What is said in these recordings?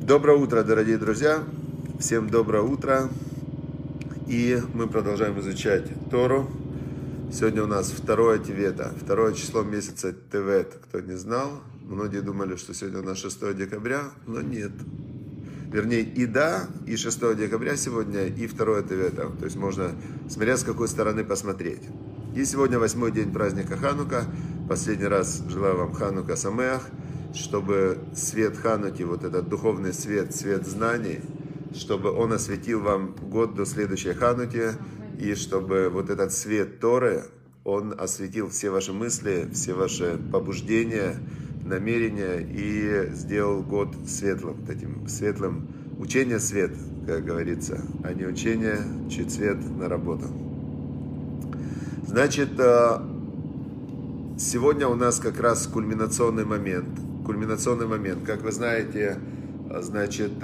Доброе утро, дорогие друзья! Всем доброе утро! И мы продолжаем изучать Тору. Сегодня у нас 2 Тевета, 2 число месяца Тевет. Кто не знал, многие думали, что сегодня у нас 6 декабря, но нет. Вернее, и да, и 6 декабря сегодня, и 2 Тевета. То есть можно, смотря с какой стороны посмотреть. И сегодня 8-й день праздника Ханука. Последний раз желаю вам Ханука Самеах, чтобы свет Хануки, вот этот духовный свет, свет знаний, чтобы он осветил вам год до следующей Хануки, и чтобы вот этот свет Торы, он осветил все ваши мысли, все ваши побуждения, намерения и сделал год светлым, таким светлым. Учение свет, как говорится, а не учение, чуть свет на работу. Значит, сегодня у нас как раз кульминационный момент. Как вы знаете, значит,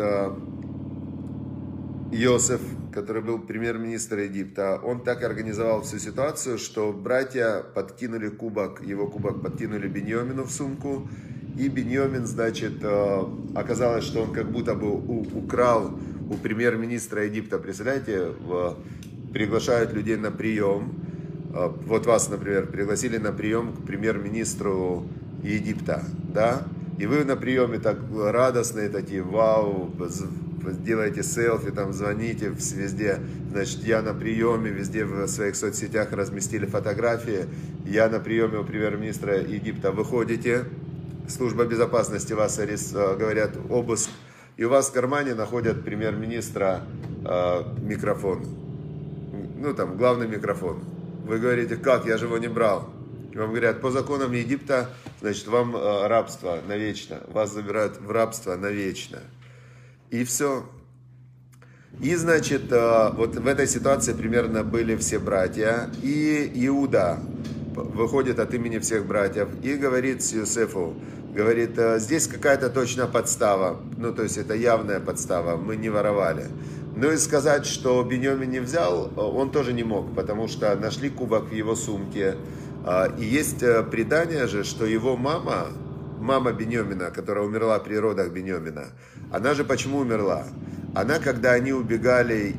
Иосиф, который был премьер-министр Египта, он так организовал всю ситуацию, что братья подкинули кубок, его кубок подкинули Биньямину в сумку, и Биньямин, значит, оказалось, что он как будто бы украл у премьер-министра Египта, представляете, приглашают людей на прием, вот вас, например, пригласили на прием к премьер-министру Египта, да, и вы на приеме так радостные такие, вау, делаете селфи, там звоните везде, значит, я на приеме, везде в своих соцсетях разместили фотографии, я на приеме у премьер-министра Египта, выходите, служба безопасности вас говорят обыск, и у вас в кармане находят премьер-министра микрофон, ну там главный микрофон, вы говорите, как, я же его не брал. Вам говорят, по законам Египта, значит, вам рабство навечно. Вас забирают в рабство навечно. И все. И, значит, вот в этой ситуации примерно были все братья. И Иуда выходит от имени всех братьев и говорит Иосифу, говорит, здесь какая-то точно подстава. Ну, то есть это явная подстава, мы не воровали. Ну и сказать, что Биньямин не взял, он тоже не мог, потому что нашли кубок в его сумке. И есть предание же, что его мама Биньямина, которая умерла при родах Биньямина, она же почему умерла? Она, когда они убегали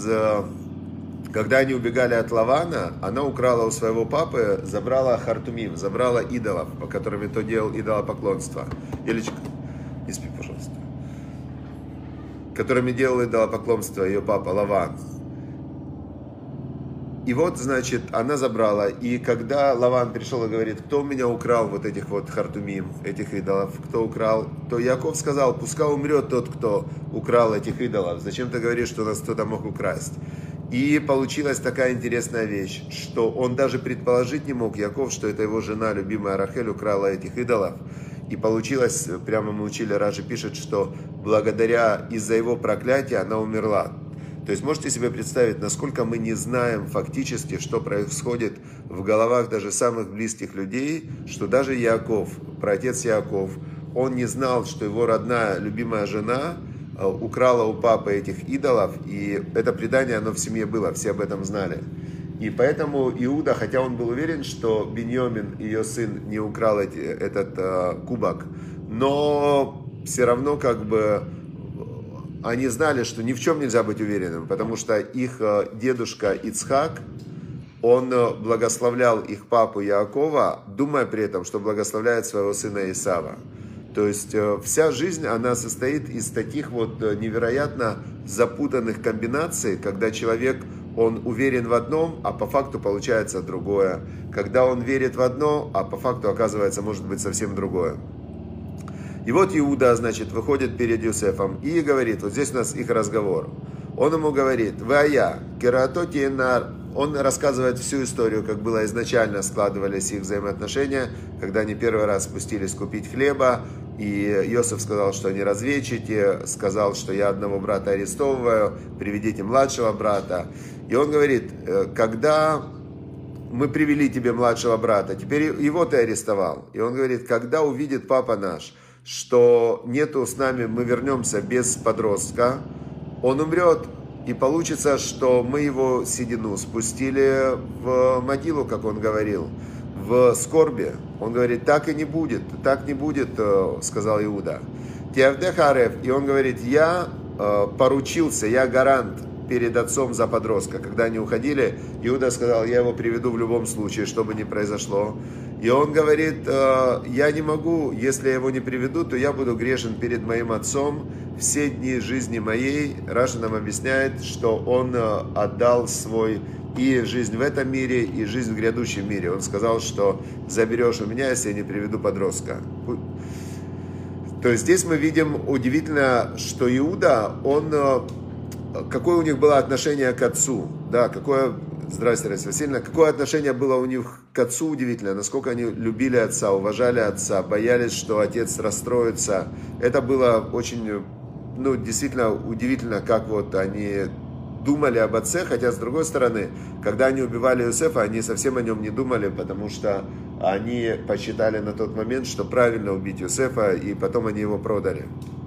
от Лавана, она украла у своего папы, забрала хартумим, забрала идолов, по которым то делал идолопоклонство. Елечка, не спи, пожалуйста. Которыми делал идолопоклонство ее папа Лаван. И вот, значит, она забрала, и когда Лаван пришел и говорит, кто у меня украл вот этих вот хартумим, этих идолов, кто украл, то Яков сказал, пускай умрет тот, кто украл этих идолов, зачем ты говоришь, что нас кто-то мог украсть? И получилась такая интересная вещь, что он даже предположить не мог, Яков, что это его жена, любимая Рахель, украла этих идолов. И получилось, прямо мы учили, Раши пишет, что благодаря, из-за его проклятия она умерла. То есть можете себе представить, насколько мы не знаем фактически, что происходит в головах даже самых близких людей, что даже Яков, праотец Яков, он не знал, что его родная, любимая жена украла у папы этих идолов, и это предание, оно в семье было, все об этом знали. И поэтому Иуда, хотя он был уверен, что Биньямин, ее сын, не украл этот кубок, но все равно как бы они знали, что ни в чем нельзя быть уверенным, потому что их дедушка Ицхак, он благословлял их папу Яакова, думая при этом, что благословляет своего сына Исава. То есть вся жизнь, она состоит из таких вот невероятно запутанных комбинаций, когда человек, он уверен в одном, а по факту получается другое. Когда он верит в одно, а по факту оказывается, может быть, совсем другое. И вот Иуда, значит, выходит перед Иосифом и говорит, вот здесь у нас их разговор. Он ему говорит, «Вая, кератоти нар». Он рассказывает всю историю, как было изначально складывались их взаимоотношения, когда они первый раз спустились купить хлеба, и Иосиф сказал, что они разведчики, сказал, что я одного брата арестовываю, приведите младшего брата. И он говорит, когда мы привели тебе младшего брата, теперь его ты арестовал. И он говорит, когда увидит папа наш, что нету с нами, мы вернемся без подростка, он умрет, и получится, что мы его седину спустили в могилу, как он говорил, в скорби. Он говорит, так и не будет, так не будет, сказал Иуда. Тиавдехарев, и он говорит, я поручился, я гарант перед отцом за подростка. Когда они уходили, Иуда сказал, я его приведу в любом случае, что бы ни произошло. И он говорит, я не могу, если я его не приведу, то я буду грешен перед моим отцом все дни жизни моей. Раша нам объясняет, что он отдал свой и жизнь в этом мире, и жизнь в грядущем мире. Он сказал, что заберешь у меня, если я не приведу подростка. То есть здесь мы видим удивительно, что Иуда, какое у них было отношение к отцу, да, здравствуйте, Раиса Васильевна, какое отношение было у них к отцу удивительно, насколько они любили отца, уважали отца, боялись, что отец расстроится. Это было очень, действительно удивительно, как вот они думали об отце, хотя с другой стороны, когда они убивали Иосифа, они совсем о нем не думали, потому что они посчитали на тот момент, что правильно убить Иосифа, и потом они его продали.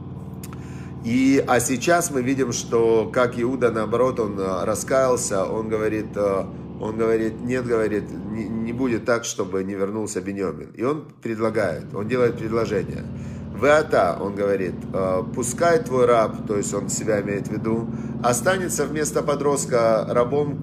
А сейчас мы видим, что как Иуда, наоборот, он раскаялся, он говорит, нет, говорит, не будет так, чтобы не вернулся Биньямин. И он делает предложение. Веата, он говорит, пускай твой раб, то есть он себя имеет в виду, останется вместо подростка рабом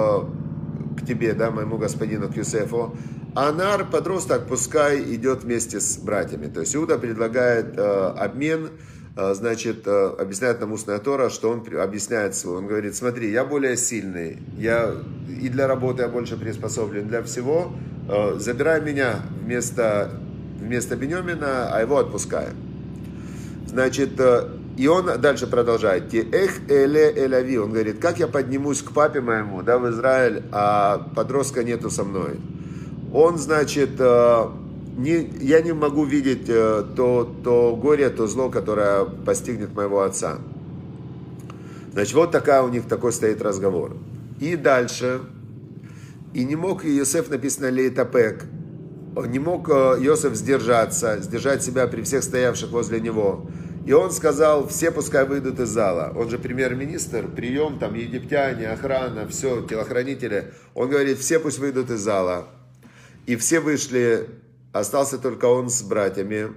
к тебе, да, моему господину, к Юсефу, а Нар, подросток, пускай идет вместе с братьями. То есть Иуда предлагает обмен, значит, объясняет нам устная Тора, что он объясняет свой. Он говорит, смотри, я более сильный, и для работы я больше приспособлен, для всего, забирай меня вместо Биньямина, а его отпускаем. Значит, и он дальше продолжает. Эх эле элави, он говорит, как я поднимусь к папе моему, да, в Израиль, а подростка нету со мной. Он, значит, я не могу видеть то горе, то зло, которое постигнет моего отца. Значит, вот такой стоит разговор. И дальше, и не мог Йосеф, написано лейтапек, не мог Йосеф сдержать себя при всех стоявших возле него. И он сказал, все пускай выйдут из зала. Он же премьер-министр, прием, там египтяне, охрана, все, телохранители. Он говорит, все пусть выйдут из зала. И все вышли, остался только он с братьями.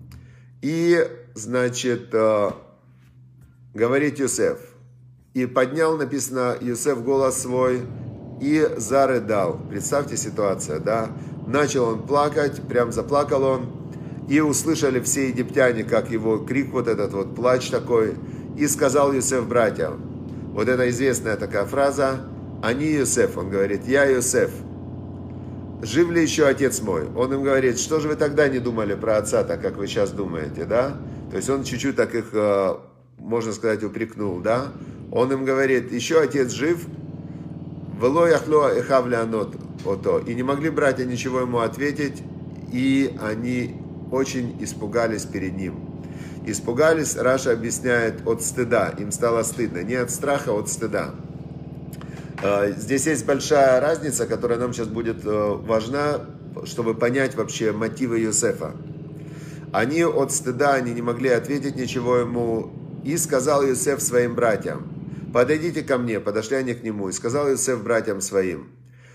И, значит, говорит Йосеф. И поднял, написано, Йосеф голос свой и зарыдал. Представьте ситуацию, да? Начал он плакать, прям заплакал он. И услышали все египтяне, как его крик, вот этот вот плач такой. И сказал Йосеф братьям. Вот это известная такая фраза. Они Йосеф, он говорит, я Йосеф. Жив ли еще отец мой? Он им говорит, что же вы тогда не думали про отца, так как вы сейчас думаете, да? То есть он чуть-чуть так их, можно сказать, упрекнул, да? Он им говорит, еще отец жив, вело яхло эхав леанот ото. И не могли братья ничего ему ответить, и они очень испугались перед ним. Испугались, Раша объясняет, от стыда, им стало стыдно, не от страха, а от стыда. Здесь есть большая разница, которая нам сейчас будет важна, чтобы понять вообще мотивы Йосефа. Они от стыда, они не могли ответить ничего ему. И сказал Йосеф своим братьям, подойдите ко мне, подошли они к нему. И сказал Йосеф братьям своим,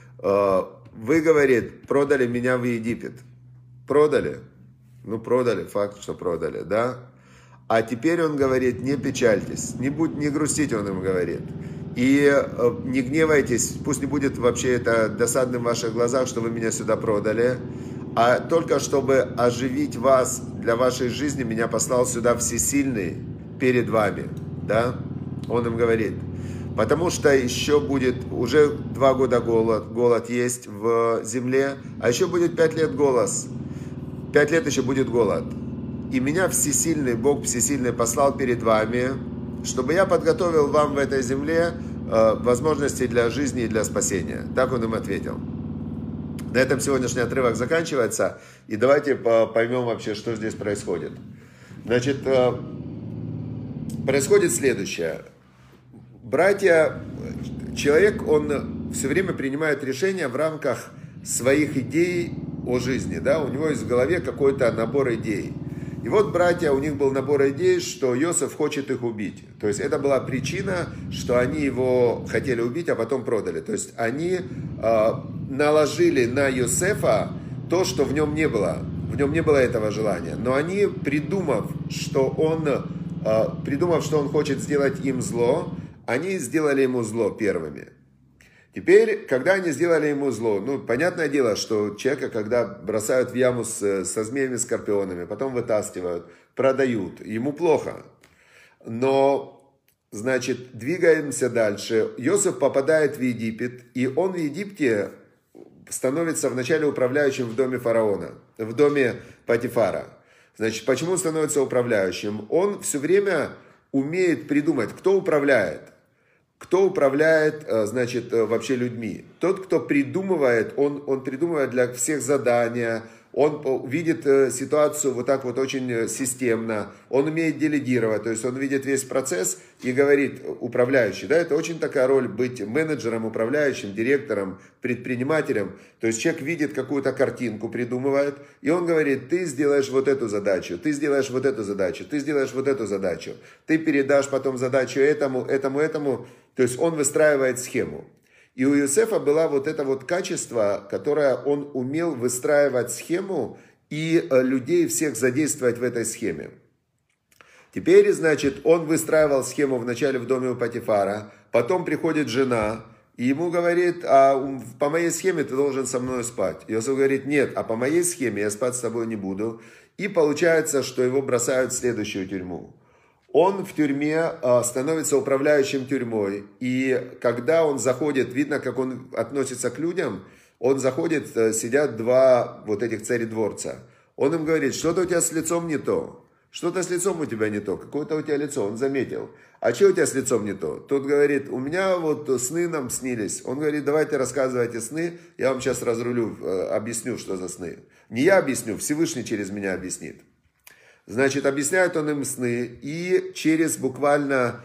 вы, говорит, продали меня в Египет. Продали? Ну, продали, факт, что продали, да? А теперь он говорит, не печальтесь, не грустите, он им говорит. И не гневайтесь, пусть не будет вообще это досадным в ваших глазах, что вы меня сюда продали, а только чтобы оживить вас для вашей жизни, меня послал сюда Всесильный перед вами, да? Он им говорит, потому что еще будет, уже 2 года голод есть в земле, а еще будет 5 лет 5 лет еще будет голод. И меня Всесильный, Бог Всесильный послал перед вами, чтобы я подготовил вам в этой земле возможности для жизни и для спасения. Так он им ответил. На этом сегодняшний отрывок заканчивается. И давайте поймем вообще, что здесь происходит. Значит, происходит следующее. Человек, он все время принимает решения в рамках своих идей о жизни. Да? У него есть в голове какой-то набор идей. И вот братья, у них был набор идей, что Йосеф хочет их убить. То есть это была причина, что они его хотели убить, а потом продали. То есть они наложили на Йосефа то, что в нем не было. в нем не было этого желания. Но они, придумав, что он хочет сделать им зло, они сделали ему зло первыми. Теперь, когда они сделали ему зло, понятное дело, что человека, когда бросают в яму со змеями, скорпионами, потом вытаскивают, продают, ему плохо. Но, значит, двигаемся дальше. Иосиф попадает в Египет, и он в Египте становится вначале управляющим в доме фараона, в доме Патифара. Значит, почему он становится управляющим? Он все время умеет придумать, кто управляет. Кто управляет, значит, вообще людьми? Тот, кто придумывает, он придумывает для всех задания, он видит ситуацию вот так вот очень системно, он умеет делегировать, то есть он видит весь процесс и говорит, управляющий, да, это очень такая роль быть менеджером, управляющим, директором, предпринимателем, то есть человек видит какую-то картинку, придумывает, и он говорит, ты сделаешь вот эту задачу, ты сделаешь вот эту задачу, ты сделаешь вот эту задачу, ты передашь потом задачу этому, то есть он выстраивает схему. И у Иосифа было вот это вот качество, которое он умел выстраивать схему и людей всех задействовать в этой схеме. Теперь, значит, он выстраивал схему вначале в доме у Патифара, потом приходит жена и ему говорит, по моей схеме ты должен со мной спать. Иосиф говорит, нет, по моей схеме я спать с тобой не буду. И получается, что его бросают в следующую тюрьму. Он в тюрьме становится управляющим тюрьмой, и когда он заходит, видно, как он относится к людям, он заходит, сидят два вот этих царедворца. Он им говорит, что-то у тебя с лицом не то, что-то с лицом у тебя не то, какое-то у тебя лицо, он заметил. А что у тебя с лицом не то? Тот говорит, у меня вот сны нам снились. Он говорит, давайте рассказывайте сны, я вам сейчас разрулю, объясню, что за сны. Не я объясню, Всевышний через меня объяснит. Значит, объясняет он им сны, и через буквально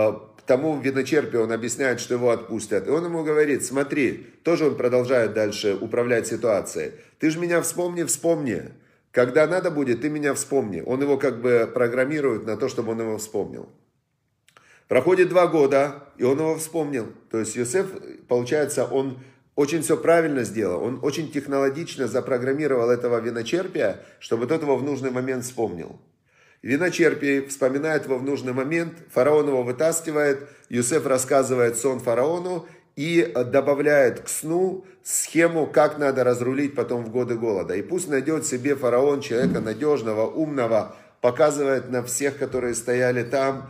тому виночерпию он объясняет, что его отпустят. И он ему говорит, смотри, тоже он продолжает дальше управлять ситуацией. Ты же меня вспомни. Когда надо будет, ты меня вспомни. Он его как бы программирует на то, чтобы он его вспомнил. Проходит 2 года, и он его вспомнил. То есть Иосиф, получается, он очень все правильно сделал, он очень технологично запрограммировал этого виночерпия, чтобы тот его в нужный момент вспомнил. Виночерпий вспоминает его в нужный момент, фараон его вытаскивает, Иосиф рассказывает сон фараону и добавляет к сну схему, как надо разрулить потом в годы голода. И пусть найдет себе фараон человека надежного, умного, показывает на всех, которые стояли там,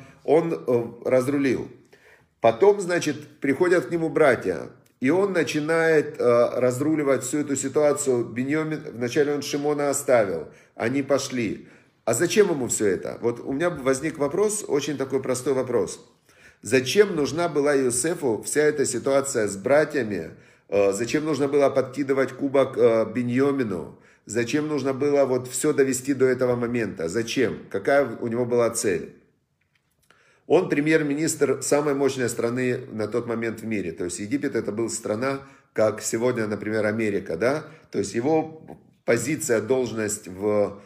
он разрулил. Потом, значит, приходят к нему братья. И он начинает разруливать всю эту ситуацию. Биньямин, вначале он Шимона оставил, они пошли. А зачем ему все это? Вот у меня возник вопрос, очень такой простой вопрос. Зачем нужна была Иосифу вся эта ситуация с братьями? Зачем нужно было подкидывать кубок Биньямину? Зачем нужно было вот все довести до этого момента? Зачем? Какая у него была цель? Он премьер-министр самой мощной страны на тот момент в мире. То есть Египет это была страна, как сегодня, например, Америка. Да? То есть его позиция, должность в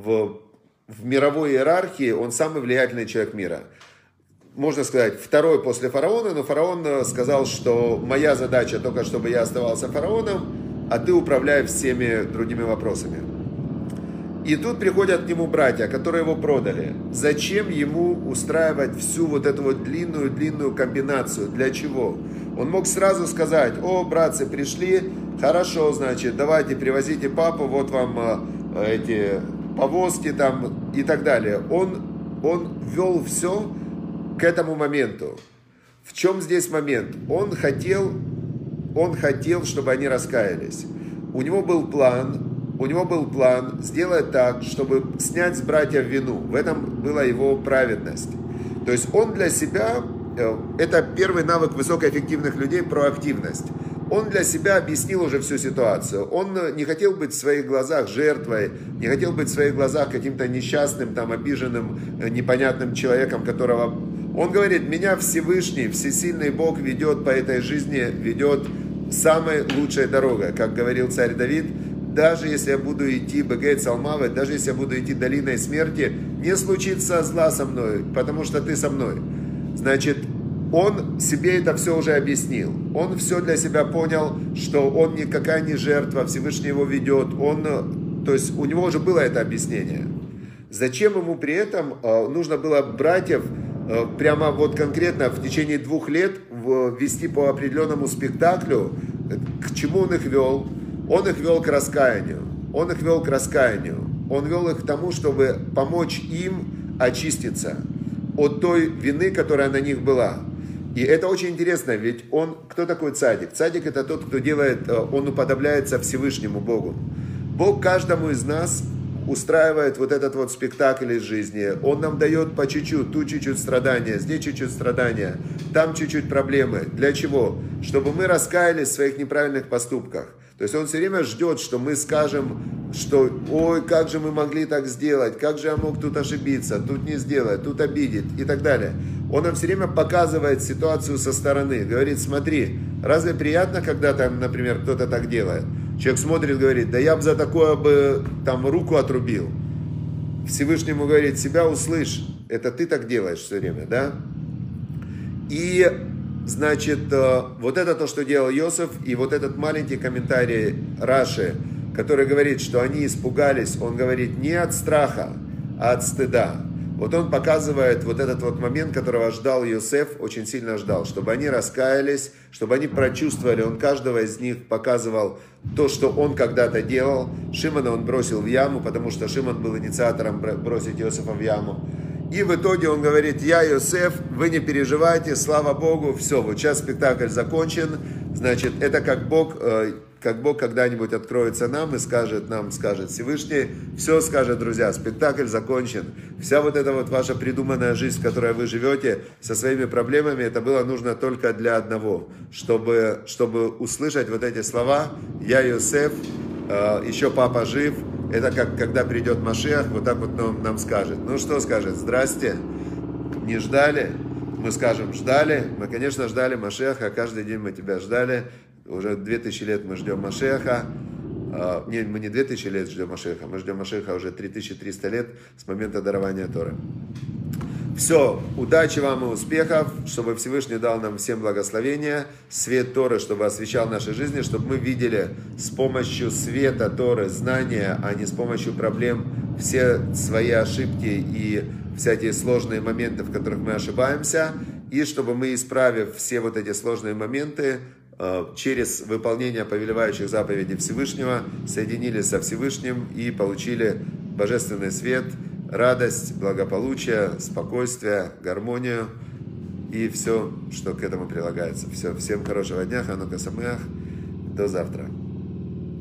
мировой иерархии, он самый влиятельный человек мира. Можно сказать, второй после фараона, но фараон сказал, что моя задача только, чтобы я оставался фараоном, а ты управляй всеми другими вопросами. И тут приходят к нему братья, которые его продали. Зачем ему устраивать всю вот эту вот длинную комбинацию? Для чего? Он мог сразу сказать, о, братцы, пришли, хорошо, значит, давайте привозите папу, вот вам эти повозки там и так далее. Он вел все к этому моменту. В чем здесь момент? Он хотел, чтобы они раскаялись. У него был план сделать так, чтобы снять с братьев вину. В этом была его праведность. То есть он для себя, это первый навык высокоэффективных людей, проактивность. Он для себя объяснил уже всю ситуацию. Он не хотел быть в своих глазах жертвой, не хотел быть в своих глазах каким-то несчастным, там, обиженным, непонятным человеком, которого... Он говорит, меня Всевышний, всесильный Бог ведет по этой жизни, ведет самой лучшей дорогой. Как говорил царь Давид, даже если я буду идти Бегейт Салмавет, даже если я буду идти долиной смерти, не случится зла со мной, потому что ты со мной. Значит, он себе это все уже объяснил. Он все для себя понял, что он никакая не жертва, Всевышний его ведет. Он то есть у него уже было это объяснение. Зачем ему при этом нужно было братьев прямо вот конкретно в течение 2 лет вести по определенному спектаклю? К чему он их вел? Он их вел к раскаянию. Он их вел к раскаянию. Он вел их к тому, чтобы помочь им очиститься от той вины, которая на них была. И это очень интересно, ведь он, кто такой цадик? Цадик — это тот, кто делает, он уподобляется Всевышнему Богу. Бог каждому из нас устраивает вот этот вот спектакль из жизни. Он нам дает по чуть-чуть, тут чуть-чуть страдания, здесь чуть-чуть страдания, там чуть-чуть проблемы. Для чего? Чтобы мы раскаялись в своих неправильных поступках. То есть он все время ждет, что мы скажем, что ой, как же мы могли так сделать, как же я мог тут ошибиться, тут не сделать, тут обидеть и так далее. Он нам все время показывает ситуацию со стороны, говорит, смотри, разве приятно, когда там, например, кто-то так делает? Человек смотрит, говорит, да я бы за такое бы там руку отрубил. Всевышнему говорит, себя услышь, это ты так делаешь все время, да? И, значит, вот это то, что делал Йосеф, и вот этот маленький комментарий Раши, который говорит, что они испугались, он говорит не от страха, а от стыда. Вот он показывает вот этот вот момент, которого ждал Йосеф, очень сильно ждал, чтобы они раскаялись, чтобы они прочувствовали, он каждого из них показывал то, что он когда-то делал. Шимона он бросил в яму, потому что Шимон был инициатором бросить Йосефа в яму. И в итоге он говорит, я Йосеф, вы не переживайте, слава Богу, все, вот сейчас спектакль закончен, значит, это как Бог когда-нибудь откроется нам и скажет Всевышний, все скажет, друзья, спектакль закончен. Вся вот эта вот ваша придуманная жизнь, в которой вы живете, со своими проблемами, это было нужно только для одного, чтобы услышать вот эти слова, я Йосеф, еще папа жив, это как когда придет Машиах, вот так вот нам скажет. Ну что скажет, здрасте, не ждали? Мы скажем, ждали, мы, конечно, ждали Машиаха, каждый день мы тебя ждали. Уже 2000 лет мы ждем Машиаха. Мы не 2000 лет ждем Машиаха, мы ждем Машиаха уже 3300 лет с момента дарования Торы. Все, удачи вам и успехов, чтобы Всевышний дал нам всем благословения, свет Торы, чтобы освещал наши жизни, чтобы мы видели с помощью света Торы знания, а не с помощью проблем все свои ошибки и всякие сложные моменты, в которых мы ошибаемся, и чтобы мы, исправив все вот эти сложные моменты, через выполнение повелевающих заповедей Всевышнего, соединились со Всевышним и получили божественный свет, радость, благополучие, спокойствие, гармонию и все, что к этому прилагается. Все, всем хорошего дня, Ханука Самеах, до завтра.